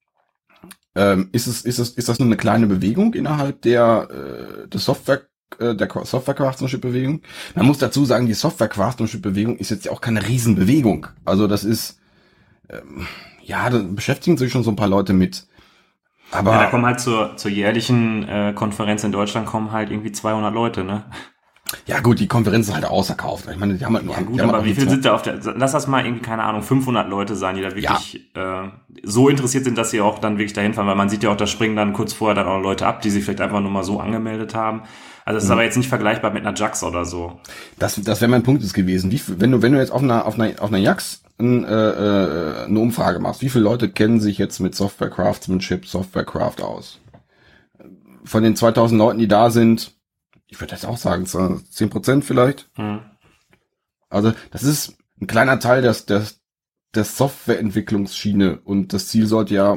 ähm, ist es ist es ist das nur eine kleine Bewegung innerhalb der äh, des Software äh, der Software Craftsmanship Bewegung. Man muss dazu sagen, die Software Craftsmanship Bewegung ist jetzt ja auch keine Riesenbewegung. Also das ist ähm, ja, da beschäftigen sich schon so ein paar Leute mit. Aber Ja, da kommen halt zur, zur jährlichen äh, Konferenz in Deutschland kommen halt irgendwie zweihundert Leute, ne? ja gut, die Konferenz ist halt ausverkauft. Ich meine, die haben halt nur Ja gut, die haben aber halt wie auch viel nur sind da auf der, lass das mal irgendwie, keine Ahnung, fünfhundert Leute sein, die da wirklich äh, so interessiert sind, dass sie auch dann wirklich dahin fahren, weil man sieht ja auch, da springen dann kurz vorher dann auch Leute ab, die sich vielleicht einfach nur mal so angemeldet haben. Also es ist Mhm. aber jetzt nicht vergleichbar mit einer Jax oder so. Das, das wäre mein Punkt ist gewesen. Wie, viel- wenn du, wenn du jetzt auf einer, auf einer, auf einer Jax ein, äh, äh, eine Umfrage machst, wie viele Leute kennen sich jetzt mit Software Craftsmanship, Software Craft aus? Von den zweitausend Leuten, die da sind, ich würde jetzt auch sagen, so zehn Prozent vielleicht. Hm. Also, das ist ein kleiner Teil des, des, der Softwareentwicklungsschiene und das Ziel sollte ja,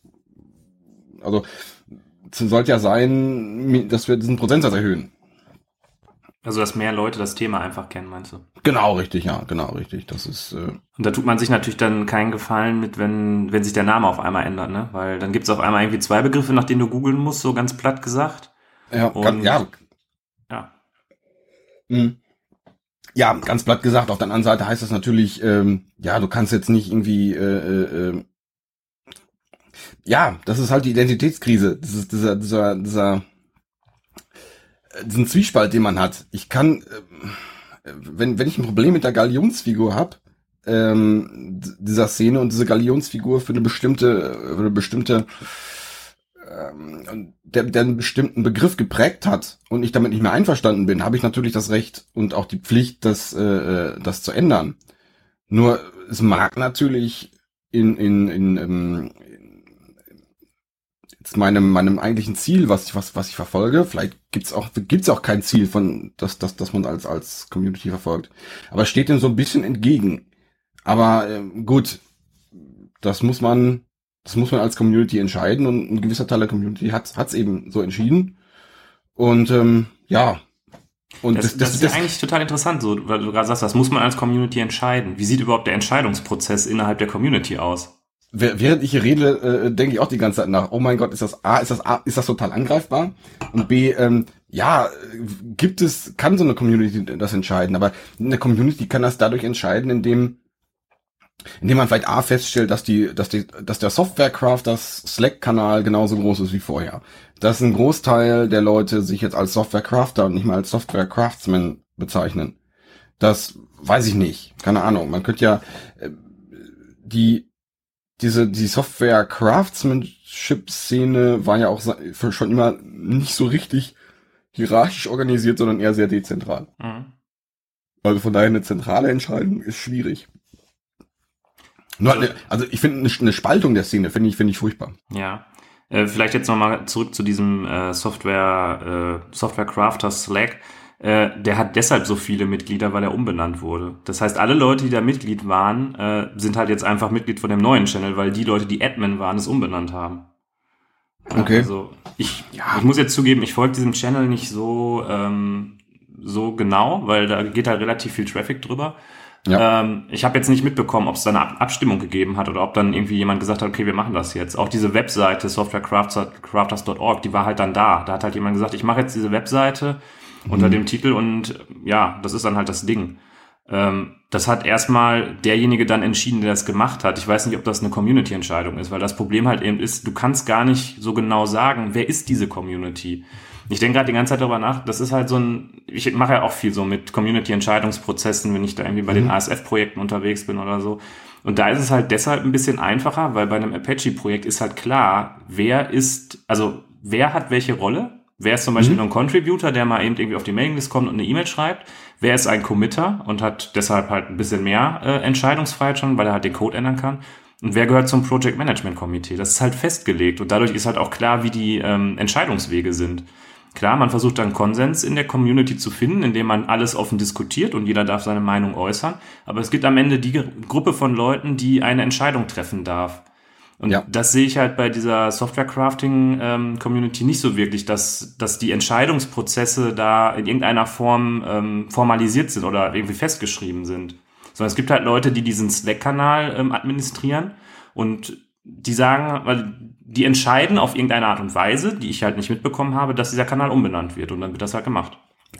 also, Ziel sollte ja sein, dass wir diesen Prozentsatz erhöhen. Also dass mehr Leute das Thema einfach kennen, meinst du? Genau, richtig, ja, genau, richtig. Das ist, äh, Und da tut man sich natürlich dann keinen Gefallen mit, wenn, wenn sich der Name auf einmal ändert, ne? Weil dann gibt's auf einmal irgendwie zwei Begriffe, nach denen du googeln musst, so ganz platt gesagt. ja, Und- ganz, ja, Ja. Mhm. Ja, ganz platt gesagt, auf der anderen Seite heißt das natürlich, ähm, ja, du kannst jetzt nicht irgendwie, äh, äh, ja, das ist halt die Identitätskrise. Das ist dieser, dieser, dieser, äh, diesen Zwiespalt, den man hat. Ich kann, äh, wenn, wenn ich ein Problem mit der Galionsfigur habe, ähm, d- dieser Szene und diese Galionsfigur für eine bestimmte, für eine bestimmte, ähm, der, der einen bestimmten Begriff geprägt hat und ich damit nicht mehr einverstanden bin, habe ich natürlich das Recht und auch die Pflicht, das, äh, das zu ändern. Nur es mag natürlich in, in, in, ähm, jetzt meinem, meinem eigentlichen Ziel, was ich, was, was ich verfolge, vielleicht gibt's auch, gibt's auch kein Ziel von, das, das, das man als, als Community verfolgt. Aber es steht dem so ein bisschen entgegen. Aber ähm, gut, das muss man, das muss man als Community entscheiden und ein gewisser Teil der Community hat hat's eben so entschieden. Und ähm, ja. Und Das, das, ist ja eigentlich total interessant, so, weil du gerade sagst, das muss man als Community entscheiden. Wie sieht überhaupt der Entscheidungsprozess innerhalb der Community aus? während ich hier rede, äh, denke ich auch die ganze Zeit nach, oh mein Gott, ist das A, ist das A, ist das total angreifbar? Und B, ähm, ja, gibt es, kann so eine Community das entscheiden, aber eine Community kann das dadurch entscheiden, indem indem man vielleicht A feststellt, dass die, dass die, dass der Software-Crafters Slack-Kanal genauso groß ist wie vorher. Dass ein Großteil der Leute sich jetzt als Software-Crafter und nicht mehr als Software-Craftsman bezeichnen. Das weiß ich nicht. Keine Ahnung. Man könnte ja äh, die diese die Software Craftsmanship Szene war ja auch schon immer nicht so richtig hierarchisch organisiert, sondern eher sehr dezentral. Mhm. Also von daher eine zentrale Entscheidung ist schwierig. Nur eine, also ich finde eine Spaltung der Szene finde ich finde ich furchtbar. Ja. Äh, vielleicht jetzt nochmal zurück zu diesem äh, Software äh, Software Crafter Slack. Äh, der hat deshalb so viele Mitglieder, weil er umbenannt wurde. Das heißt, alle Leute, die da Mitglied waren, äh, sind halt jetzt einfach Mitglied von dem neuen Channel, weil die Leute, die Admin waren, es umbenannt haben. Okay. Also ich, ja. ich muss jetzt zugeben, ich folge diesem Channel nicht so ähm, so genau, weil da geht halt relativ viel Traffic drüber. Ja. Ähm, ich habe jetzt nicht mitbekommen, ob es da eine Ab- Abstimmung gegeben hat oder ob dann irgendwie jemand gesagt hat, okay, wir machen das jetzt. Auch diese Webseite softwarecrafters Punkt org, die war halt dann da. Da hat halt jemand gesagt, ich mache jetzt diese Webseite mhm. unter dem Titel und ja, das ist dann halt das Ding. Ähm, das hat erstmal derjenige dann entschieden, der das gemacht hat. Ich weiß nicht, ob das eine Community-Entscheidung ist, weil das Problem halt eben ist, du kannst gar nicht so genau sagen, wer ist diese Community. Ich denke gerade die ganze Zeit darüber nach, das ist halt so ein, ich mache ja auch viel so mit Community-Entscheidungsprozessen, wenn ich da irgendwie bei den A S F-Projekten unterwegs bin oder so. Und da ist es halt deshalb ein bisschen einfacher, weil bei einem Apache-Projekt ist halt klar, wer ist, also wer hat welche Rolle? Wer ist zum Beispiel mhm. ein Contributor, der mal eben irgendwie auf die Mailinglist kommt und eine E-Mail schreibt? Wer ist ein Committer und hat deshalb halt ein bisschen mehr äh, Entscheidungsfreiheit schon, weil er halt den Code ändern kann? Und wer gehört zum Project Management Committee? Das ist halt festgelegt und dadurch ist halt auch klar, wie die ähm, Entscheidungswege sind. Klar, man versucht dann Konsens in der Community zu finden, indem man alles offen diskutiert und jeder darf seine Meinung äußern. Aber es gibt am Ende die Ge- Gruppe von Leuten, die eine Entscheidung treffen darf. Und ja. das sehe ich halt bei dieser Software-Crafting-Community ähm, nicht so wirklich, dass, dass die Entscheidungsprozesse da in irgendeiner Form ähm, formalisiert sind oder irgendwie festgeschrieben sind. Sondern es gibt halt Leute, die diesen Slack-Kanal ähm, administrieren und die sagen, weil die entscheiden auf irgendeine Art und Weise, die ich halt nicht mitbekommen habe, dass dieser Kanal umbenannt wird und dann wird das halt gemacht.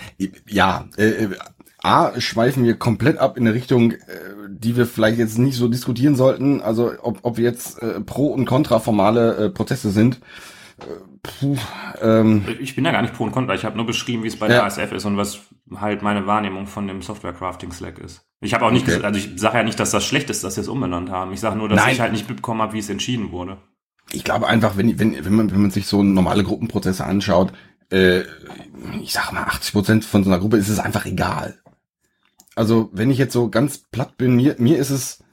Ja, äh, A, schweifen wir komplett ab in eine Richtung, äh, die wir vielleicht jetzt nicht so diskutieren sollten, also ob, ob jetzt äh, pro- und kontraformale äh, Prozesse sind. Äh, puh, ähm, ich bin ja gar nicht pro und contra, ich habe nur beschrieben, wie es bei ja. der A S F ist und was halt meine Wahrnehmung von dem Software-Crafting-Slack ist. Ich habe auch nicht, okay. gesagt, also ich sage ja nicht, dass das schlecht ist, dass sie es umbenannt haben. Ich sage nur, dass Nein. ich halt nicht mitbekommen habe, wie es entschieden wurde. Ich glaube einfach, wenn, wenn, wenn man, wenn man sich so normale Gruppenprozesse anschaut, äh, ich sage mal, achtzig Prozent von so einer Gruppe ist es einfach egal. Also, wenn ich jetzt so ganz platt bin, mir, mir ist es,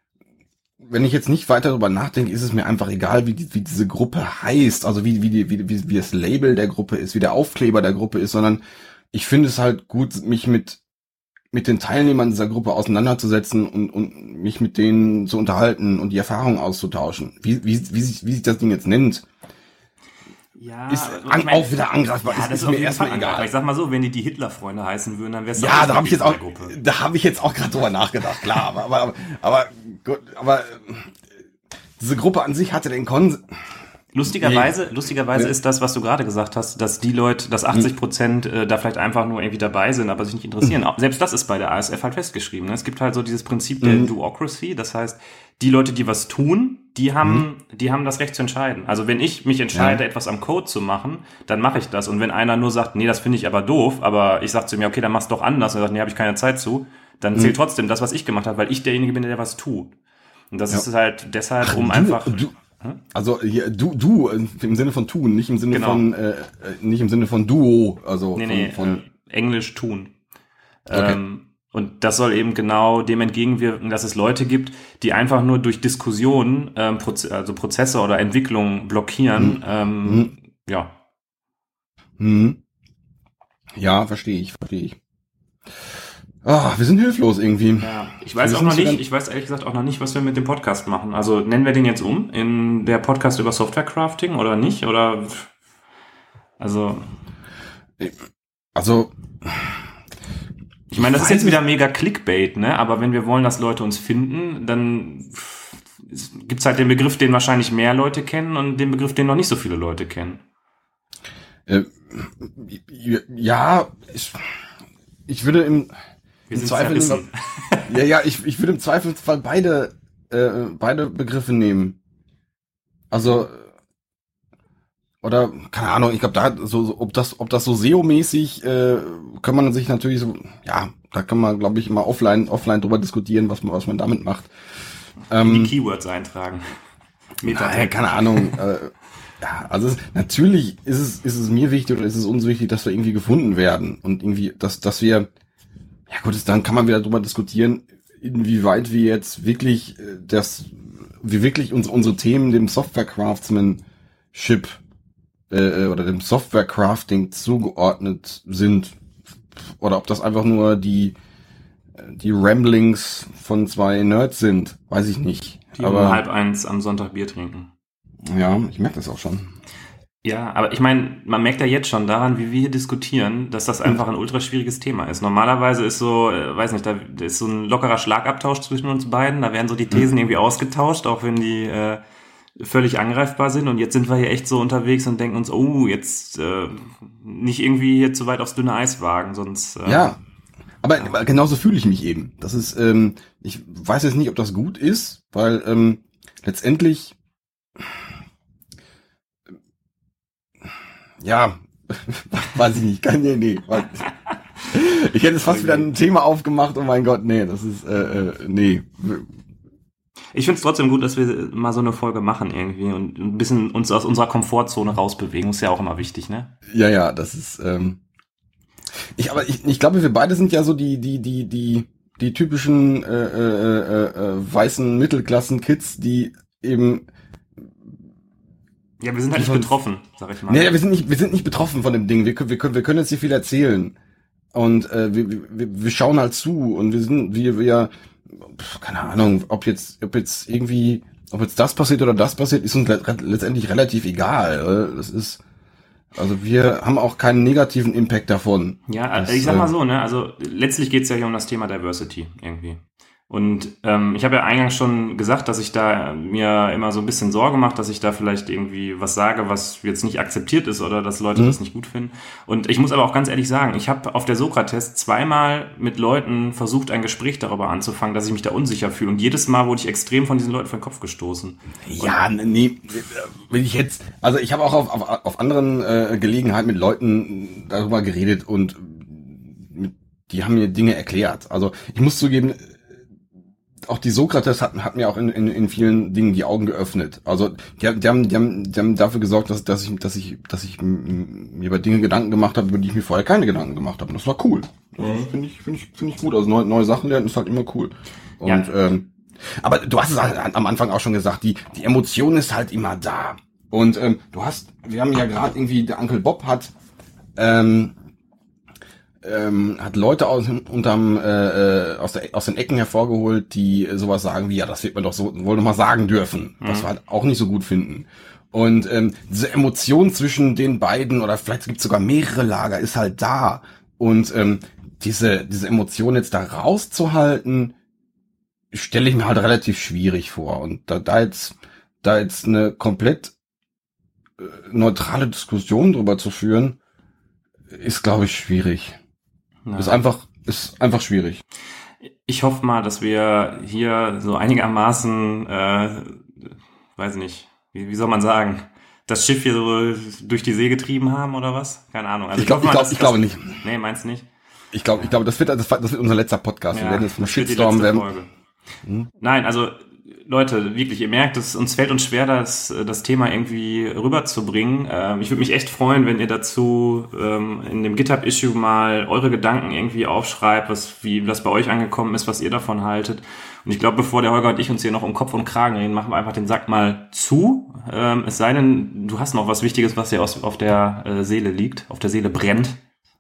wenn ich jetzt nicht weiter darüber nachdenke, ist es mir einfach egal, wie, die, wie diese Gruppe heißt, also wie, wie, die, wie, wie, wie das Label der Gruppe ist, wie der Aufkleber der Gruppe ist, sondern ich finde es halt gut, mich mit, mit den Teilnehmern dieser Gruppe auseinanderzusetzen und, und mich mit denen zu unterhalten und die Erfahrungen auszutauschen. Wie, wie, wie, sich, wie sich das Ding jetzt nennt, ja, ist an, ich mein, auch wieder angreifbar. Ja, ist, das ist, ist mir erstmal egal. Ich sag mal so, wenn die die Hitler-Freunde heißen würden, dann wäre es ja, da habe ich jetzt auch, da habe ich jetzt auch gerade drüber nachgedacht. Klar, aber, aber, aber, aber, gut, aber diese Gruppe an sich hatte den Konsens. Lustigerweise, nee. lustigerweise nee. ist das, was du gerade gesagt hast, dass die Leute, dass achtzig Prozent äh, da vielleicht einfach nur irgendwie dabei sind, aber sich nicht interessieren. Mhm. Selbst das ist bei der A S F halt festgeschrieben. Ne? Es gibt halt so dieses Prinzip der mhm. Duocracy. Das heißt, die Leute, die was tun, die haben, mhm. die haben das Recht zu entscheiden. Also wenn ich mich entscheide, ja. etwas am Code zu machen, dann mache ich das. Und wenn einer nur sagt, nee, das finde ich aber doof, aber ich sage zu ihm, okay, dann mach's doch anders. Und er sagt, nee, habe ich keine Zeit zu, dann mhm. zählt trotzdem das, was ich gemacht habe, weil ich derjenige bin, der was tut. Und das ja. ist halt deshalb, um Ach, du, einfach... Du. Also hier, du, du im Sinne von tun, nicht im Sinne genau. von äh, nicht im Sinne von Duo, also nee, von, nee, von äh, Englisch tun. Okay. Ähm, und das soll eben genau dem entgegenwirken, dass es Leute gibt, die einfach nur durch Diskussionen, ähm, Proze- also Prozesse oder Entwicklungen blockieren. Mhm. Ähm, mhm. Ja. Mhm. Ja, verstehe ich, verstehe ich. Ah, wir sind hilflos irgendwie. Ja, ich weiß auch noch nicht, ich weiß ehrlich gesagt auch noch nicht, was wir mit dem Podcast machen. Also nennen wir den jetzt um in der Podcast über Software Crafting oder nicht? Oder also also ich meine, das ist jetzt wieder mega Clickbait, ne? Aber wenn wir wollen, dass Leute uns finden, dann gibt's halt den Begriff, den wahrscheinlich mehr Leute kennen und den Begriff, den noch nicht so viele Leute kennen. Äh, ja, ich, ich würde im Wir sind zerrissen. Ja, ja, ich, ich würde im Zweifelsfall beide, äh, beide Begriffe nehmen. Also, oder, keine Ahnung, ich glaube, da, so, so, ob das, ob das so S E O-mäßig, äh, kann man sich natürlich so, ja, da kann man, glaube ich, mal offline, offline drüber diskutieren, was man, was man damit macht. Ähm, die Keywords eintragen. Nein, keine Ahnung, äh, ja, also es, natürlich ist es, ist es mir wichtig oder ist es uns wichtig, dass wir irgendwie gefunden werden und irgendwie, dass, dass wir, ja gut, dann kann man wieder drüber diskutieren, inwieweit wir jetzt wirklich das, wir wirklich unsere, unsere Themen dem Software-Craftsmanship äh, oder dem Software-Crafting zugeordnet sind oder ob das einfach nur die die Ramblings von zwei Nerds sind, weiß ich nicht. Die aber um halb eins am Sonntag Bier trinken. Ja, ich merke das auch schon. Ja, aber ich meine, man merkt ja jetzt schon daran, wie wir hier diskutieren, dass das einfach ein ultra schwieriges Thema ist. Normalerweise ist so, äh, weiß nicht, da ist so ein lockerer Schlagabtausch zwischen uns beiden, da werden so die Thesen irgendwie ausgetauscht, auch wenn die äh, völlig angreifbar sind. Und jetzt sind wir hier echt so unterwegs und denken uns, oh, jetzt äh, nicht irgendwie hier zu weit aufs dünne Eis wagen, sonst... Äh, ja, aber ja. genauso fühle ich mich eben. Das ist, ähm, ich weiß jetzt nicht, ob das gut ist, weil ähm, letztendlich... Ja, weiß ich nicht, kann nee, nee. Ich hätte es fast wieder ein Thema aufgemacht, oh mein Gott, nee, das ist, äh, äh nee. Ich finde es trotzdem gut, dass wir mal so eine Folge machen irgendwie und ein bisschen uns aus unserer Komfortzone rausbewegen, ist ja auch immer wichtig, ne? Ja, ja, das ist, ähm, ich, aber ich, ich glaube, wir beide sind ja so die, die, die, die, die typischen, äh, äh, äh, äh weißen Mittelklassen-Kids, die eben Ja, wir sind halt nicht betroffen, sag ich mal. Nee, wir sind nicht, wir sind nicht betroffen von dem Ding. Wir können, wir können, wir können jetzt hier viel erzählen. Und äh, wir, wir, wir schauen halt zu und wir sind, wir, wir, keine Ahnung, ob jetzt, ob jetzt irgendwie, ob jetzt das passiert oder das passiert, ist uns le- letztendlich relativ egal. Das ist, also wir haben auch keinen negativen Impact davon. Ja, das, ich sag mal so, ne, also letztlich geht's ja hier um das Thema Diversity irgendwie. Und ähm, ich habe ja eingangs schon gesagt, dass ich da mir immer so ein bisschen Sorge mache, dass ich da vielleicht irgendwie was sage, was jetzt nicht akzeptiert ist oder dass Leute mhm. das nicht gut finden. Und ich muss aber auch ganz ehrlich sagen, ich habe auf der Sokrates zweimal mit Leuten versucht, ein Gespräch darüber anzufangen, dass ich mich da unsicher fühle. Und jedes Mal wurde ich extrem von diesen Leuten vor den Kopf gestoßen. Ja, und nee, will ich jetzt, also ich habe auch auf, auf, auf anderen äh, Gelegenheiten mit Leuten darüber geredet und mit, die haben mir Dinge erklärt. Also ich muss zugeben, auch die Sokrates hat, hat mir auch in, in, in vielen Dingen die Augen geöffnet. Also die, die, haben, die, haben, die haben dafür gesorgt, dass, dass ich, dass ich, dass ich mir über Dinge Gedanken gemacht habe, über die ich mir vorher keine Gedanken gemacht habe. Und das war cool. Mhm. Finde ich, finde ich, finde ich gut. Also neue, neue Sachen lernen ist halt immer cool. Und ja. ähm, aber du hast es halt am Anfang auch schon gesagt, die, die Emotion ist halt immer da. Und ähm, du hast, wir haben ja gerade irgendwie, der Uncle Bob hat ähm, Ähm, hat Leute aus unterm äh, aus, der, aus den Ecken hervorgeholt, die sowas sagen wie, ja, das wird man doch so wohl noch mal sagen dürfen, mhm. was wir halt auch nicht so gut finden. Und ähm, diese Emotion zwischen den beiden oder vielleicht gibt es sogar mehrere Lager, ist halt da. Und ähm, diese diese Emotion jetzt da rauszuhalten, stelle ich mir halt relativ schwierig vor. Und da, da jetzt da jetzt eine komplett äh, neutrale Diskussion drüber zu führen, ist, glaube ich, schwierig. Ja. Ist einfach, ist einfach schwierig. Ich hoffe mal, dass wir hier so einigermaßen, äh, weiß nicht, wie, wie soll man sagen, das Schiff hier so durch die See getrieben haben oder was? Keine Ahnung. Also ich glaube, ich, glaub, ich das, glaube nicht. Nee, meinst du nicht? Ich glaube, ich glaube, das wird, das wird unser letzter Podcast. Ja, wir werden jetzt einen Shitstorm werden. Hm? Nein, also Leute, wirklich, ihr merkt, es uns fällt uns schwer, das, das Thema irgendwie rüberzubringen. Ähm, ich würde mich echt freuen, wenn ihr dazu ähm, in dem GitHub-Issue mal eure Gedanken irgendwie aufschreibt, was, wie das bei euch angekommen ist, was ihr davon haltet. Und ich glaube, bevor der Holger und ich uns hier noch um Kopf und Kragen reden, machen wir einfach den Sack mal zu. Ähm, es sei denn, du hast noch was Wichtiges, was dir aus, auf der äh, Seele liegt, auf der Seele brennt.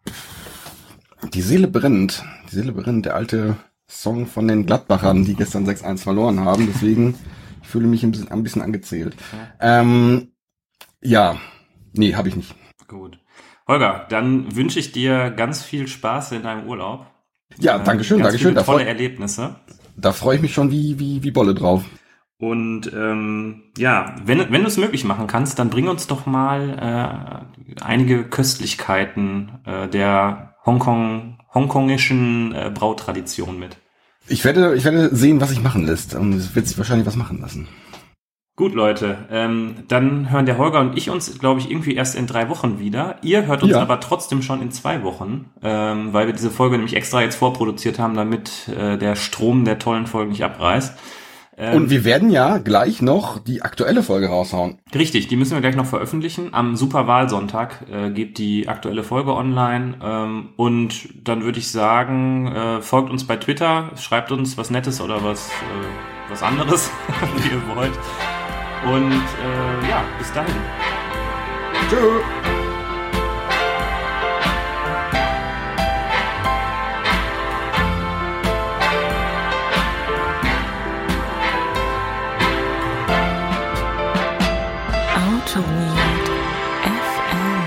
Die Seele brennt. Die Seele brennt, der alte Song von den Gladbachern, die gestern sechs eins verloren haben. Deswegen ich fühle mich ein bisschen, ein bisschen angezählt. Ja, ähm, ja. nee, habe ich nicht. Gut. Holger, dann wünsche ich dir ganz viel Spaß in deinem Urlaub. Ja, äh, danke schön, danke schön. Tolle freu- Erlebnisse. Da freue ich mich schon wie wie wie Bolle drauf. Und ähm, ja, wenn wenn du es möglich machen kannst, dann bring uns doch mal äh, einige Köstlichkeiten äh, der Hongkong hongkongischen äh, Brautradition mit. Ich werde, ich werde sehen, was sich machen lässt. Und es wird sich wahrscheinlich was machen lassen. Gut, Leute, ähm, dann hören der Holger und ich uns, glaube ich, irgendwie erst in drei Wochen wieder. Ihr hört uns Ja. aber trotzdem schon in zwei Wochen, ähm, weil wir diese Folge nämlich extra jetzt vorproduziert haben, damit äh, der Strom der tollen Folgen nicht abreißt. Ähm, Und wir werden ja gleich noch die aktuelle Folge raushauen. Richtig, die müssen wir gleich noch veröffentlichen. Am Superwahlsonntag äh, geht die aktuelle Folge online. Ähm, und dann würde ich sagen, äh, folgt uns bei Twitter, schreibt uns was Nettes oder was, äh, was anderes, wie ihr wollt. Und äh, ja, bis dahin. Tschö. Auto Weird F M.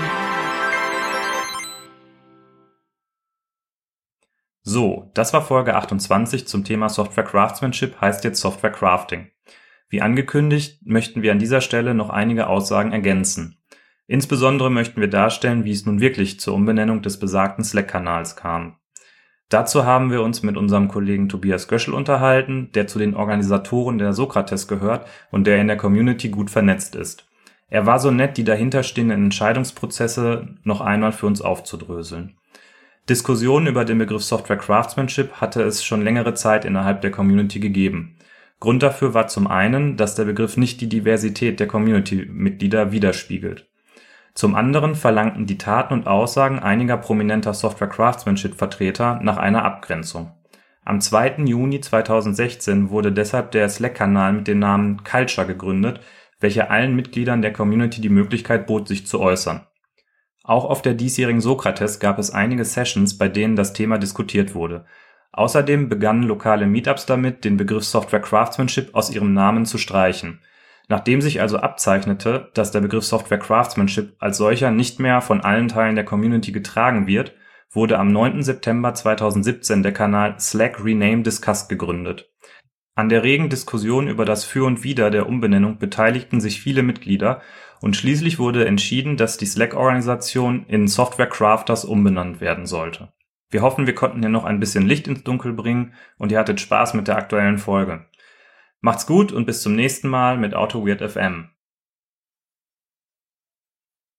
So, das war Folge achtundzwanzig zum Thema Software Craftsmanship, heißt jetzt Software Crafting. Wie angekündigt, möchten wir an dieser Stelle noch einige Aussagen ergänzen. Insbesondere möchten wir darstellen, wie es nun wirklich zur Umbenennung des besagten Slack-Kanals kam. Dazu haben wir uns mit unserem Kollegen Tobias Göschel unterhalten, der zu den Organisatoren der Sokrates gehört und der in der Community gut vernetzt ist. Er war so nett, die dahinterstehenden Entscheidungsprozesse noch einmal für uns aufzudröseln. Diskussionen über den Begriff Software Craftsmanship hatte es schon längere Zeit innerhalb der Community gegeben. Grund dafür war zum einen, dass der Begriff nicht die Diversität der Community-Mitglieder widerspiegelt. Zum anderen verlangten die Taten und Aussagen einiger prominenter Software Craftsmanship-Vertreter nach einer Abgrenzung. Am zweiten Juni zweitausendsechzehn wurde deshalb der Slack-Kanal mit dem Namen Culture gegründet, welcher allen Mitgliedern der Community die Möglichkeit bot, sich zu äußern. Auch auf der diesjährigen Sokrates gab es einige Sessions, bei denen das Thema diskutiert wurde. Außerdem begannen lokale Meetups damit, den Begriff Software Craftsmanship aus ihrem Namen zu streichen. Nachdem sich also abzeichnete, dass der Begriff Software Craftsmanship als solcher nicht mehr von allen Teilen der Community getragen wird, wurde am neunten September zweitausendsiebzehn der Kanal Slack Rename Discussed gegründet. An der regen Diskussion über das Für und Wider der Umbenennung beteiligten sich viele Mitglieder und schließlich wurde entschieden, dass die Slack-Organisation in Software Crafters umbenannt werden sollte. Wir hoffen, wir konnten hier noch ein bisschen Licht ins Dunkel bringen und ihr hattet Spaß mit der aktuellen Folge. Macht's gut und bis zum nächsten Mal mit Auto Weird F M.